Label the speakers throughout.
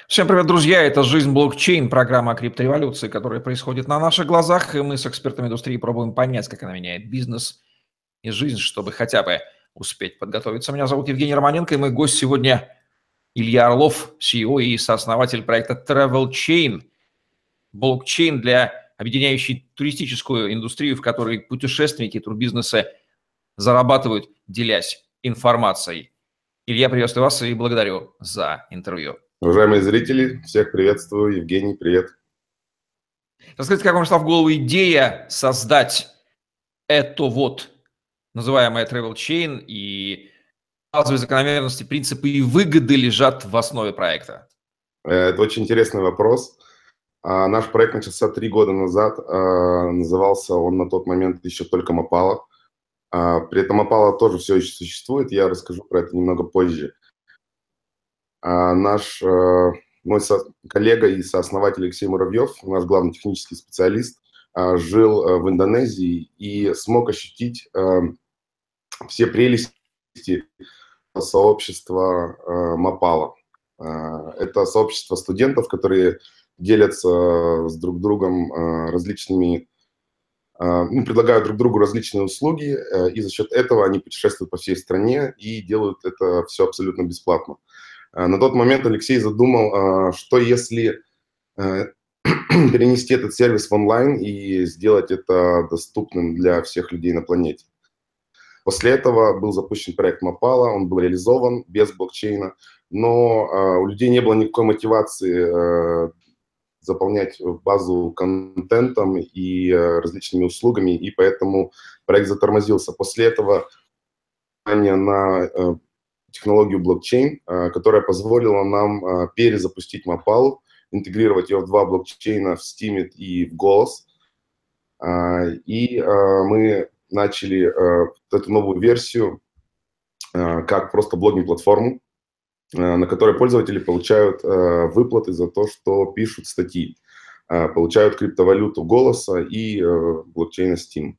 Speaker 1: Всем привет, друзья! Это «Жизнь блокчейн», программа о криптореволюции, которая происходит на наших глазах, и мы с экспертами индустрии пробуем понять, как она меняет бизнес и жизнь, чтобы хотя бы успеть подготовиться. Меня зовут Евгений Романенко, и мой гость сегодня Илья Орлов, CEO и сооснователь проекта Travel Chain, блокчейн для объединяющий туристическую индустрию, в которой путешественники и турбизнесы зарабатывают, делясь информацией. Илья, приветствую вас и благодарю за интервью.
Speaker 2: Уважаемые зрители, всех приветствую. Евгений, привет.
Speaker 1: Расскажите, как вам пришла в голову идея создать это вот называемое travel chain и базовые закономерности, принципы и выгоды лежат в основе проекта?
Speaker 2: Это очень интересный вопрос. Наш проект начался 3 года назад. Назывался он на тот момент еще только Мапала. При этом Мапала тоже все еще существует. Я расскажу про это немного позже. Мой коллега и сооснователь Алексей Муравьев, наш главный технический специалист, жил в Индонезии и смог ощутить все прелести сообщества Мапала. Это сообщество студентов, которые делятся с друг другом различными, предлагают друг другу различные услуги, и за счет этого они путешествуют по всей стране и делают это все абсолютно бесплатно. На тот момент Алексей задумал, что если перенести этот сервис в онлайн и сделать это доступным для всех людей на планете. После этого был запущен проект Мапала, он был реализован без блокчейна, но у людей не было никакой мотивации заполнять базу контентом и различными услугами, и поэтому проект затормозился. После этого на технологию блокчейн, которая позволила нам перезапустить Мапалу, интегрировать ее в 2 блокчейна, в Steemit и в Голос. И мы начали эту новую версию как просто блогинг-платформу, на которой пользователи получают выплаты за то, что пишут статьи, получают криптовалюту Голоса и блокчейна Steem.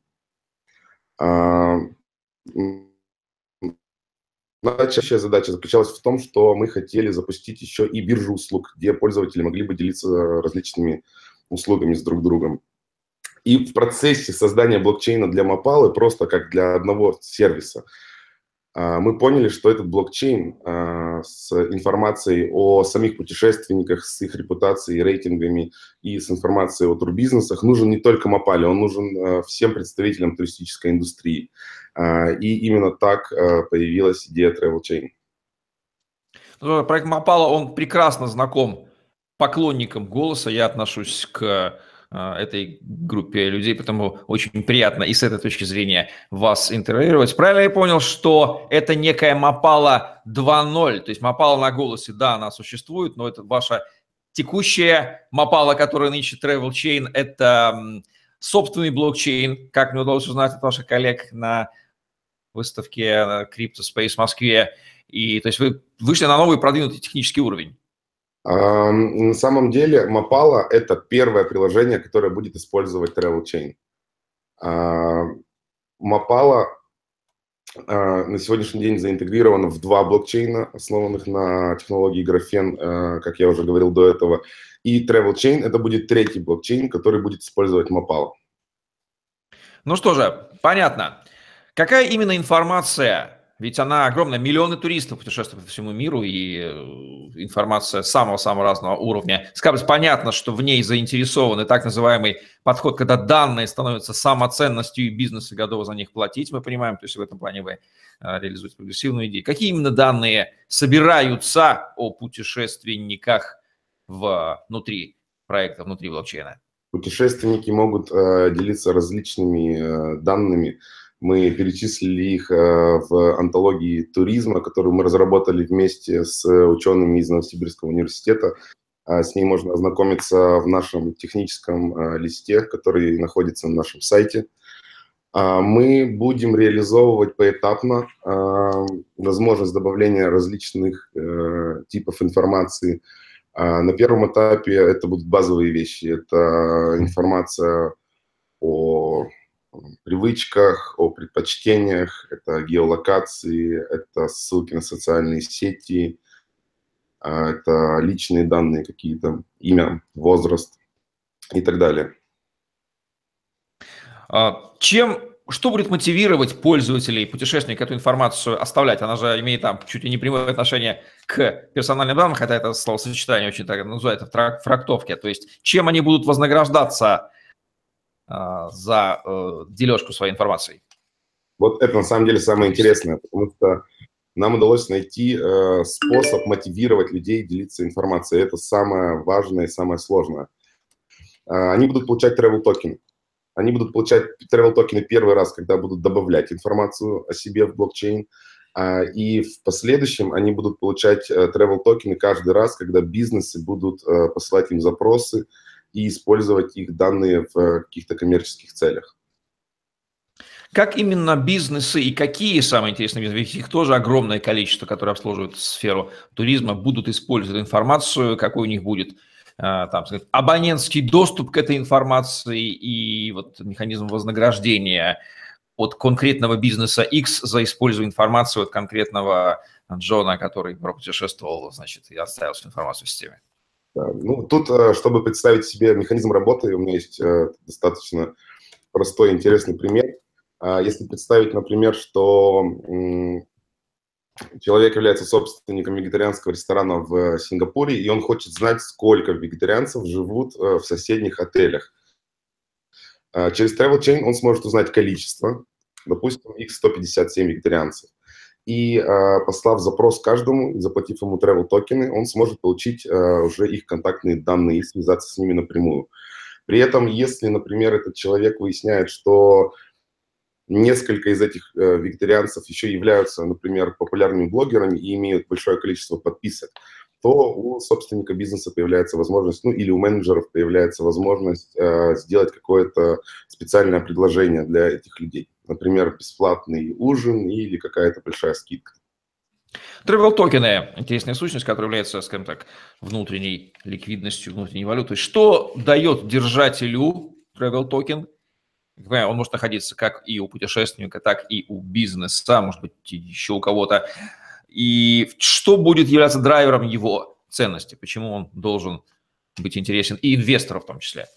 Speaker 2: Настоящая задача заключалась в том, что мы хотели запустить еще и биржу услуг, где пользователи могли бы делиться различными услугами с друг другом. И в процессе создания блокчейна для Мапалы, просто как для одного сервиса, мы поняли, что этот блокчейн с информацией о самих путешественниках, с их репутацией, рейтингами и с информацией о турбизнесах нужен не только Мапале, он нужен всем представителям туристической индустрии. И именно так появилась идея Travel Chain.
Speaker 1: Проект Мапала, он прекрасно знаком поклонникам Голоса. Я отношусь к этой группе людей, потому очень приятно и с этой точки зрения вас интервьюировать. Правильно я понял, что это некая Мапала 2.0, то есть Мапала на Голосе, да, она существует, но это ваша текущая Мапала, которая нынче Travel Chain, это собственный блокчейн, как мне удалось узнать от ваших коллег на выставке Crypto Space в Москве. И то есть вы вышли на новый продвинутый технический уровень.
Speaker 2: На самом деле Mapala – это первое приложение, которое будет использовать Travel Chain. Mapala на сегодняшний день заинтегрирована в 2 блокчейна, основанных на технологии графен, как я уже говорил до этого. И Travel Chain – это будет 3-й блокчейн, который будет использовать Mapala.
Speaker 1: Ну что же, понятно. Какая именно информация? Ведь она огромная, миллионы туристов путешествуют по всему миру, и информация самого-самого разного уровня. Скажем, понятно, что в ней заинтересован и так называемый подход, когда данные становятся самоценностью, и бизнесы готовы за них платить, мы понимаем, то есть в этом плане вы реализуете прогрессивную идею. Какие именно данные собираются о путешественниках внутри проекта, внутри блокчейна?
Speaker 2: Путешественники могут делиться различными данными. Мы перечислили их в антологии туризма, которую мы разработали вместе с учеными из Новосибирского университета. С ней можно ознакомиться в нашем техническом листе, который находится на нашем сайте. Мы будем реализовывать поэтапно возможность добавления различных типов информации. На первом этапе это будут базовые вещи. Это информация о привычках, о предпочтениях, это геолокации, это ссылки на социальные сети, это личные данные какие-то, имя, возраст и так далее.
Speaker 1: Что будет мотивировать пользователей, путешественников эту информацию оставлять? Она же имеет там чуть ли не прямое отношение к персональным данным, хотя это словосочетание очень так называется в фрактовке. То есть чем они будут вознаграждаться за дележку своей информацией?
Speaker 2: Вот это на самом деле самое интересное, потому что нам удалось найти способ мотивировать людей делиться информацией. Это самое важное и самое сложное. Они будут получать travel токены. Они будут получать travel токены первый раз, когда будут добавлять информацию о себе в блокчейн. И в последующем они будут получать travel токены каждый раз, когда бизнесы будут посылать им запросы и использовать их данные в каких-то коммерческих целях.
Speaker 1: Как именно бизнесы и какие самые интересные бизнесы, ведь их тоже огромное количество, которые обслуживают сферу туризма, будут использовать информацию, какой у них будет там, сказать, абонентский доступ к этой информации и вот механизм вознаграждения от конкретного бизнеса X за использование информации от конкретного Джона, который пропутешествовал, значит, и оставил всю информацию в системе.
Speaker 2: Да. Ну, тут, чтобы представить себе механизм работы, у меня есть достаточно простой и интересный пример. Если представить, например, что человек является собственником вегетарианского ресторана в Сингапуре, и он хочет знать, сколько вегетарианцев живут в соседних отелях. Через Travel Chain он сможет узнать количество, допустим, их 157 вегетарианцев. И послав запрос каждому, заплатив ему travel токены, он сможет получить уже их контактные данные и связаться с ними напрямую. При этом, если, например, этот человек выясняет, что несколько из этих вегетарианцев еще являются, например, популярными блогерами и имеют большое количество подписок, то у собственника бизнеса появляется возможность, ну или у менеджеров появляется возможность сделать какое-то специальное предложение для этих людей. Например, бесплатный ужин или какая-то большая скидка.
Speaker 1: Travel токены – интересная сущность, которая является, скажем так, внутренней ликвидностью, внутренней валютой. Что дает держателю travel токен? Он может находиться как и у путешественника, так и у бизнеса, может быть, еще у кого-то. И что будет являться драйвером его ценности? Почему он должен быть интересен и инвестору в том числе?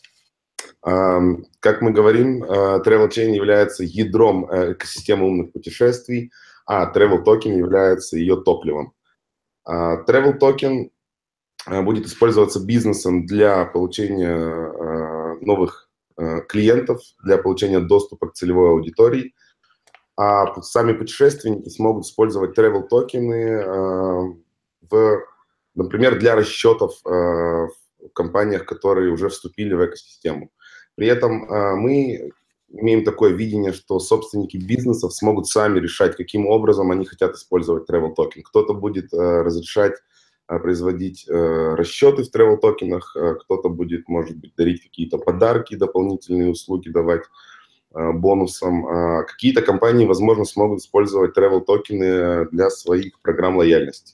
Speaker 2: Как мы говорим, Travel Chain является ядром экосистемы умных путешествий, а Travel Token является ее топливом. Travel Token будет использоваться бизнесом для получения новых клиентов, для получения доступа к целевой аудитории, а сами путешественники смогут использовать travel токены, например, для расчетов в компаниях, которые уже вступили в экосистему. При этом мы имеем такое видение, что собственники бизнесов смогут сами решать, каким образом они хотят использовать travel токен. Кто-то будет разрешать производить расчеты в travel токенах, кто-то будет, может быть, дарить какие-то подарки, дополнительные услуги давать бонусом. Какие-то компании, возможно, смогут использовать travel токены для своих программ лояльности.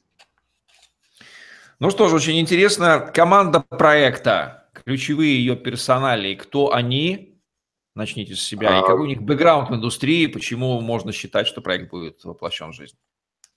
Speaker 1: Ну что ж, очень интересно. Команда проекта, ключевые ее персонали, кто они? Начните с себя. И какой у них бэкграунд в индустрии, почему можно считать, что проект будет воплощен в жизнь?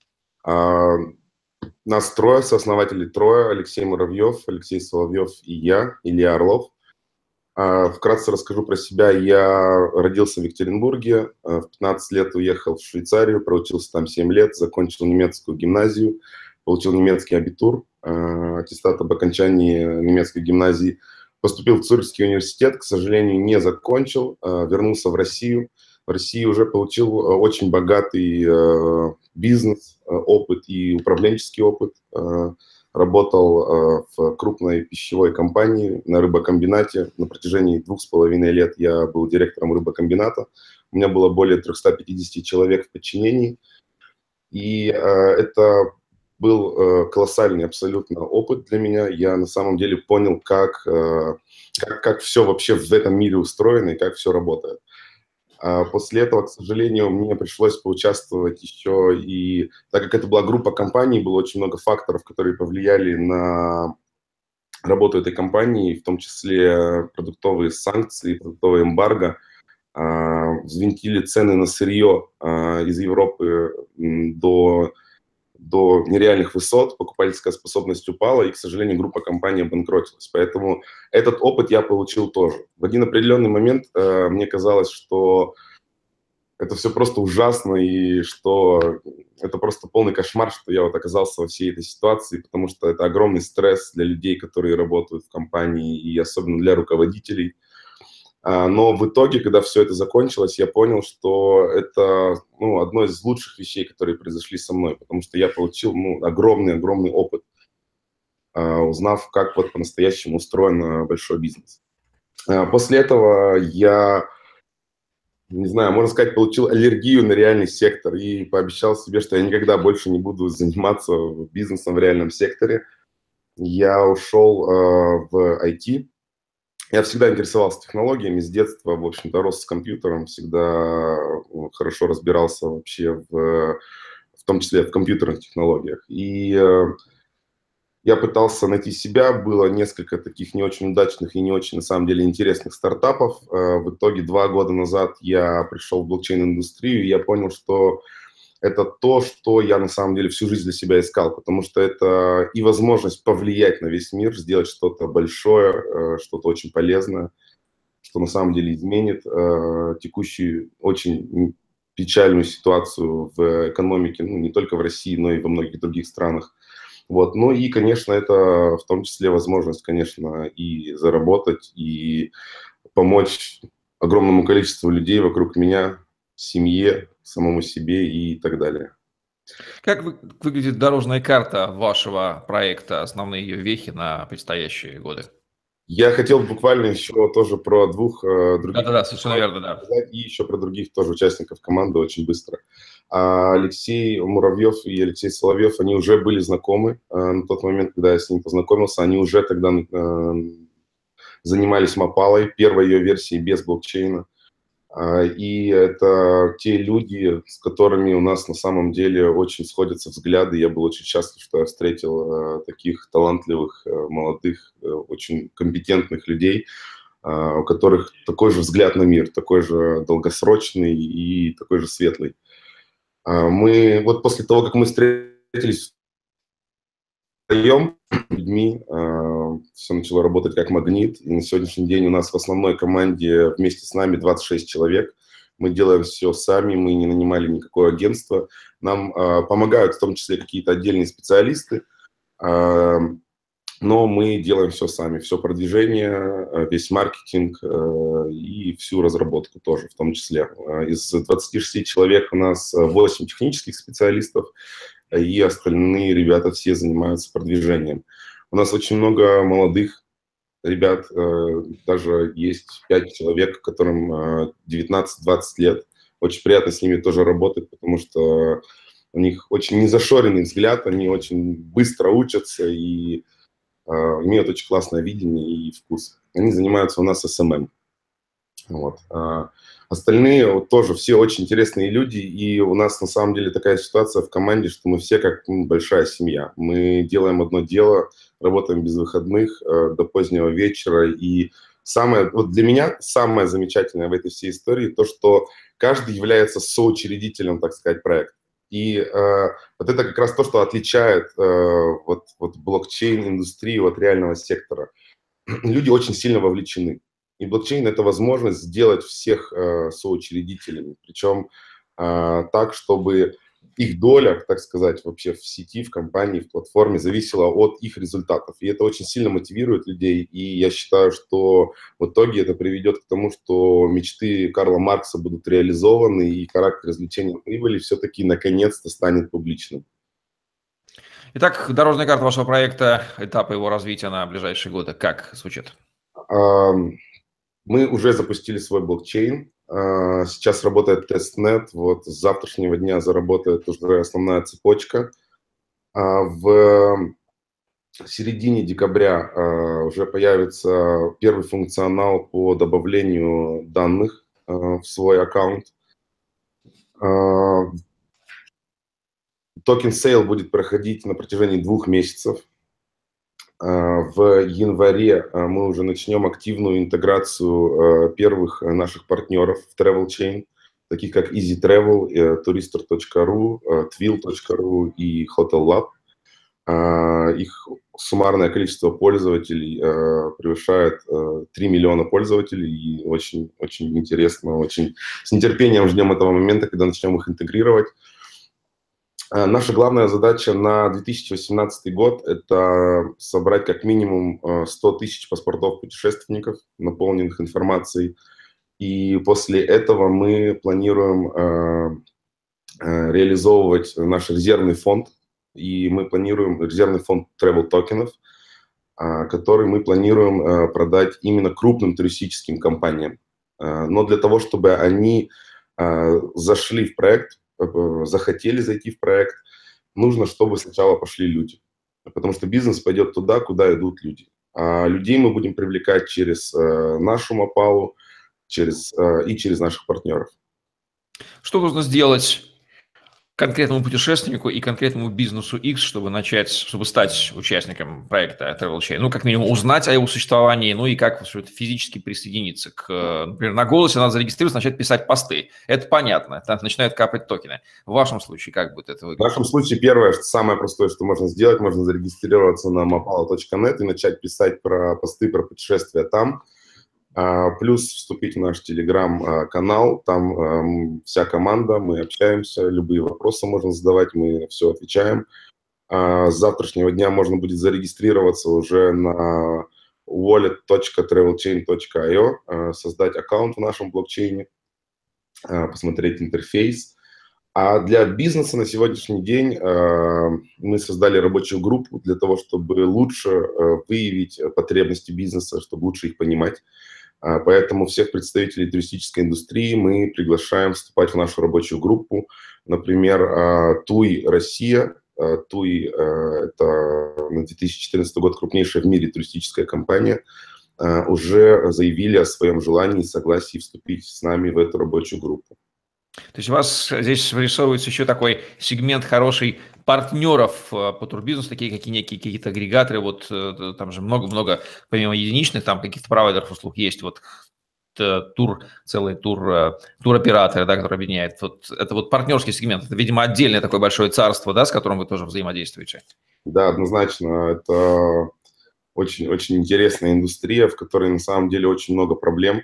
Speaker 2: Нас трое, сооснователей трое: Алексей Муравьев, Алексей Соловьев и я, Илья Орлов. Вкратце расскажу про себя. Я родился в Екатеринбурге, в 15 лет уехал в Швейцарию, проучился там 7 лет, закончил немецкую гимназию, получил немецкий абитур, аттестат об окончании немецкой гимназии. Поступил в Цюрихский университет, к сожалению, не закончил, вернулся в Россию. В России уже получил очень богатый бизнес, опыт и управленческий опыт. Работал в крупной пищевой компании на рыбокомбинате. На протяжении 2,5 лет я был директором рыбокомбината. У меня было более 350 человек в подчинении. И это был колоссальный абсолютно опыт для меня. Я на самом деле понял, как все вообще в этом мире устроено и как все работает. После этого, к сожалению, мне пришлось поучаствовать еще и, так как это была группа компаний, было очень много факторов, которые повлияли на работу этой компании, в том числе продуктовые санкции, продуктовое эмбарго, взвинтили цены на сырье из Европы до до нереальных высот, покупательская способность упала, и, к сожалению, группа компаний обанкротилась. Поэтому этот опыт я получил тоже. В один определенный момент мне казалось, что это все просто ужасно, и что это просто полный кошмар, что я вот оказался во всей этой ситуации, потому что это огромный стресс для людей, которые работают в компании, и особенно для руководителей. Но в итоге, когда все это закончилось, я понял, что это одно из лучших вещей, которые произошли со мной, потому что я получил огромный опыт, узнав, как вот по-настоящему устроен большой бизнес. После этого я, не знаю, можно сказать, получил аллергию на реальный сектор и пообещал себе, что я никогда больше не буду заниматься бизнесом в реальном секторе. Я ушел в IT. Я всегда интересовался технологиями с детства, в общем-то, рос с компьютером, всегда хорошо разбирался вообще в том числе в компьютерных технологиях. И я пытался найти себя, было несколько таких не очень удачных и не очень, на самом деле, интересных стартапов. В итоге 2 года назад я пришел в блокчейн-индустрию, и я понял, что это то, что я на самом деле всю жизнь для себя искал, потому что это и возможность повлиять на весь мир, сделать что-то большое, что-то очень полезное, что на самом деле изменит текущую очень печальную ситуацию в экономике, не только в России, но и во многих других странах. Вот. Ну и, конечно, это в том числе возможность, конечно, и заработать, и помочь огромному количеству людей вокруг меня, семье, самому себе и так далее.
Speaker 1: Как выглядит дорожная карта вашего проекта, основные ее вехи на предстоящие годы?
Speaker 2: Я хотел буквально еще тоже про двух других
Speaker 1: Да-да-да, совершенно верно, да.
Speaker 2: сказать, и еще про других тоже участников команды очень быстро. Алексей Муравьев и Алексей Соловьев, они уже были знакомы на тот момент, когда я с ним познакомился. Они уже тогда занимались Мапалой, первой ее версией без блокчейна. И это те люди, с которыми у нас на самом деле очень сходятся взгляды. Я был очень счастлив, что я встретил таких талантливых, молодых, очень компетентных людей, у которых такой же взгляд на мир, такой же долгосрочный и такой же светлый. Мы вот после того, как мы встретились вдвоем людьми, все начало работать как магнит. И на сегодняшний день у нас в основной команде вместе с нами 26 человек. Мы делаем все сами, мы не нанимали никакое агентство. Нам помогают в том числе какие-то отдельные специалисты, но мы делаем все сами. Все продвижение, весь маркетинг и всю разработку тоже в том числе. Из 26 человек у нас 8 технических специалистов, и остальные ребята все занимаются продвижением. У нас очень много молодых ребят, даже есть 5 человек, которым 19-20 лет. Очень приятно с ними тоже работать, потому что у них очень незашоренный взгляд, они очень быстро учатся и имеют очень классное видение и вкус. Они занимаются у нас SMM. Вот. Остальные вот тоже все очень интересные люди, и у нас на самом деле такая ситуация в команде, что мы все как большая семья. Мы делаем одно дело, работаем без выходных до позднего вечера, и вот для меня самое замечательное в этой всей истории то, что каждый является соучредителем, так сказать, проекта. И вот это как раз то, что отличает вот блокчейн-индустрию от реального сектора. Люди очень сильно вовлечены. И блокчейн – это возможность сделать всех соучредителями, причем так, чтобы их доля, так сказать, вообще в сети, в компании, в платформе зависела от их результатов. И это очень сильно мотивирует людей. И я считаю, что в итоге это приведет к тому, что мечты Карла Маркса будут реализованы, и характер извлечения прибыли все-таки наконец-то станет публичным.
Speaker 1: Итак, дорожная карта вашего проекта, этапы его развития на ближайшие годы, как звучит?
Speaker 2: Мы уже запустили свой блокчейн. Сейчас работает тестнет. Вот с завтрашнего дня заработает уже основная цепочка. В середине декабря уже появится первый функционал по добавлению данных в свой аккаунт. Токен сейл будет проходить на протяжении 2 месяцев. В январе мы уже начнем активную интеграцию первых наших партнеров в Travel Chain. таких как Easy Travel, Turister.ru, Twill.ru и Hotel Lab. Их суммарное количество пользователей превышает 3 миллиона пользователей, и очень, очень интересно, очень с нетерпением ждем этого момента, когда начнем их интегрировать. Наша главная задача на 2018 год – это собрать как минимум 100 тысяч паспортов путешественников, наполненных информацией. И после этого мы планируем реализовывать наш резервный фонд. И мы планируем резервный фонд travel токенов, который мы планируем продать именно крупным туристическим компаниям. Но для того, чтобы они зашли в проект, захотели зайти в проект, нужно, чтобы сначала пошли люди. Потому что бизнес пойдет туда, куда идут люди. А людей мы будем привлекать через нашу Мапалу и через наших партнеров.
Speaker 1: Что нужно сделать конкретному путешественнику и конкретному бизнесу X, чтобы стать участником проекта Travel Chain? Ну, как минимум, узнать о его существовании, ну и как физически присоединиться например, на Голосе надо зарегистрироваться, начать писать посты. Это понятно, там начинают капать токены. В вашем случае как будет это выглядеть?
Speaker 2: В нашем случае первое, самое простое, что можно сделать, можно зарегистрироваться на mapala.net и начать писать посты про путешествия там. Плюс вступить в наш телеграм-канал, там вся команда, мы общаемся, любые вопросы можно задавать, мы все отвечаем. С завтрашнего дня можно будет зарегистрироваться уже на wallet.travelchain.io, создать аккаунт в нашем блокчейне, посмотреть интерфейс. А для бизнеса на сегодняшний день мы создали рабочую группу для того, чтобы лучше выявить потребности бизнеса, чтобы лучше их понимать. Поэтому всех представителей туристической индустрии мы приглашаем вступать в нашу рабочую группу. Например, TUI Россия. TUI – это на 2014 год крупнейшая в мире туристическая компания. Уже заявили о своем желании и согласии вступить с нами в эту рабочую группу.
Speaker 1: То есть у вас здесь вырисовывается еще такой сегмент хороший партнеров по турбизнесу, такие какие-то агрегаторы, вот там же много-много, помимо единичных, там каких-то провайдеров услуг есть, вот целый туроператор, да, который объединяет. Вот, это вот партнерский сегмент, это, видимо, отдельное такое большое царство, да, с которым вы тоже взаимодействуете.
Speaker 2: Да, однозначно, это очень-очень интересная индустрия, в которой на самом деле очень много проблем.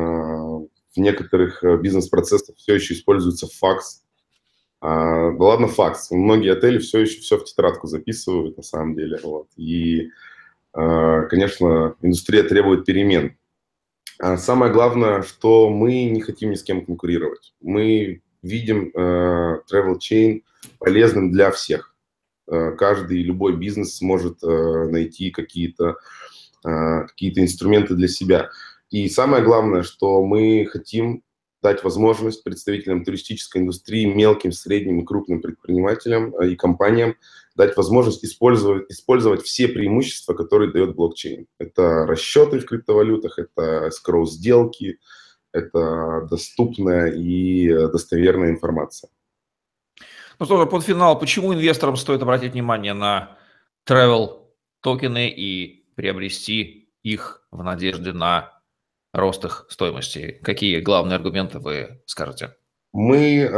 Speaker 2: В некоторых бизнес-процессах все еще используется факс. Да ладно факс, многие отели все еще все в тетрадку записывают на самом деле. Вот. И, конечно, индустрия требует перемен. Самое главное, что мы не хотим ни с кем конкурировать. Мы видим Travel Chain полезным для всех. Каждый, любой бизнес сможет найти какие-то инструменты для себя. И самое главное, что мы хотим дать возможность представителям туристической индустрии, мелким, средним и крупным предпринимателям и компаниям дать возможность использовать все преимущества, которые дает блокчейн. Это расчеты в криптовалютах, это escrow-сделки, это доступная и достоверная информация.
Speaker 1: Ну что же, под финал, почему инвесторам стоит обратить внимание на travel токены и приобрести их в надежде на рост их стоимости? Какие главные аргументы вы скажете?
Speaker 2: Мы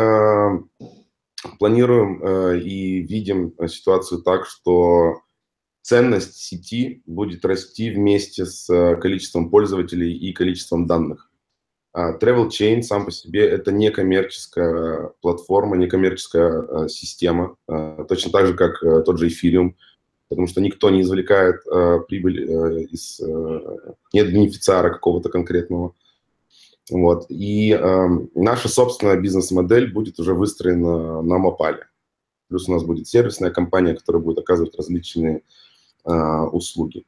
Speaker 2: планируем и видим ситуацию так, что ценность сети будет расти вместе с количеством пользователей и количеством данных. Travel Chain сам по себе – это некоммерческая платформа, некоммерческая система, точно так же, как тот же Ethereum, потому что никто не извлекает прибыль нет бенефициара какого-то конкретного. Вот. И наша собственная бизнес-модель будет уже выстроена на Мапале. Плюс у нас будет сервисная компания, которая будет оказывать различные услуги.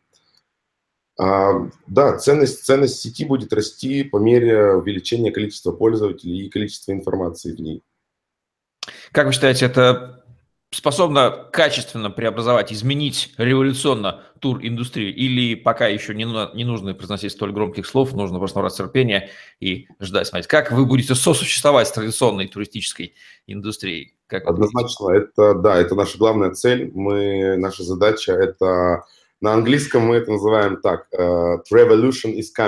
Speaker 2: Да, ценность сети будет расти по мере увеличения количества пользователей и количества информации в ней.
Speaker 1: Как вы считаете, это способно качественно преобразовать, изменить революционно туриндустрию? Или пока еще не нужно произносить столь громких слов, нужно просто набраться терпения и ждать, смотреть, как вы будете сосуществовать с традиционной туристической индустрией?
Speaker 2: Однозначно, это наша главная цель. Наша задача – это… На английском мы это называем так: revolution is coming.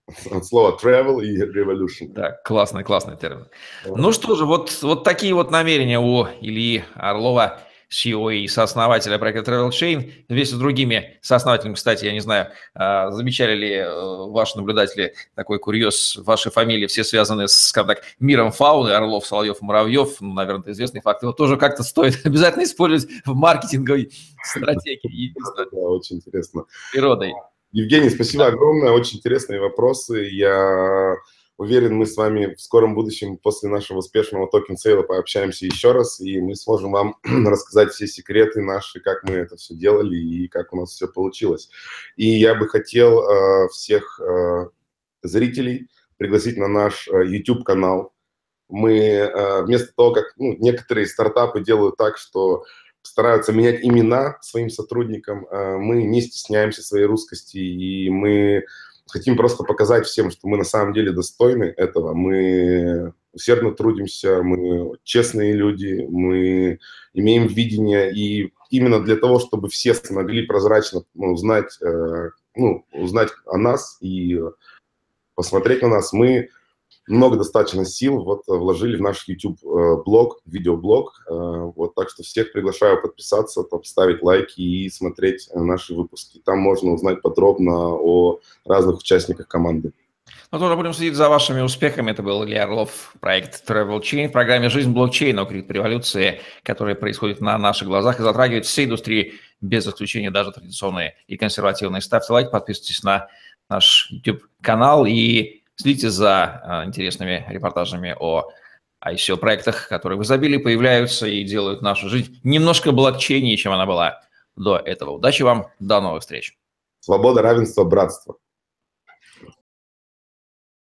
Speaker 2: от слова travel и revolution.
Speaker 1: Да, классный термин. Ну что же, вот такие вот намерения у Ильи Орлова, CEO и сооснователя проекта Travel Chain. Вместе с другими сооснователями, кстати, я не знаю, замечали ли ваши наблюдатели такой курьез, ваши фамилии все связаны с, скажем так, миром фауны, Орлов, Соловьев, Муравьев, ну, наверное, это известный факт. Его тоже как-то стоит обязательно использовать в маркетинговой стратегии.
Speaker 2: Да, очень интересно.
Speaker 1: Природой.
Speaker 2: Евгений, спасибо огромное, очень интересные вопросы. Я уверен, мы с вами в скором будущем после нашего успешного токен-сейла пообщаемся еще раз, и мы сможем вам рассказать все секреты наши, как мы это все делали и как у нас все получилось. И я бы хотел всех зрителей пригласить на наш YouTube-канал. Мы вместо того, как некоторые стартапы делают так, что стараются менять имена своим сотрудникам, мы не стесняемся своей русскости, и мы хотим просто показать всем, что мы на самом деле достойны этого. Мы усердно трудимся, мы честные люди, мы имеем видение, и именно для того, чтобы все смогли прозрачно узнать о нас и посмотреть на нас, мы много достаточно сил вложили в наш YouTube-блог, видеоблог. Так что всех приглашаю подписаться, ставить лайки и смотреть наши выпуски. Там можно узнать подробно о разных участниках команды.
Speaker 1: Ну, тоже будем следить за вашими успехами. Это был Илья Орлов, проект Travel Chain в программе «Жизнь блокчейна» о криптореволюции, которая происходит на наших глазах и затрагивает все индустрии, без исключения даже традиционные и консервативные. Ставьте лайк, подписывайтесь на наш YouTube-канал и следите за интересными репортажами о ICO-проектах, которые в изобилии появляются и делают нашу жизнь немножко блокчейнее, чем она была до этого. Удачи вам, до новых встреч.
Speaker 2: Свобода, равенство, братство.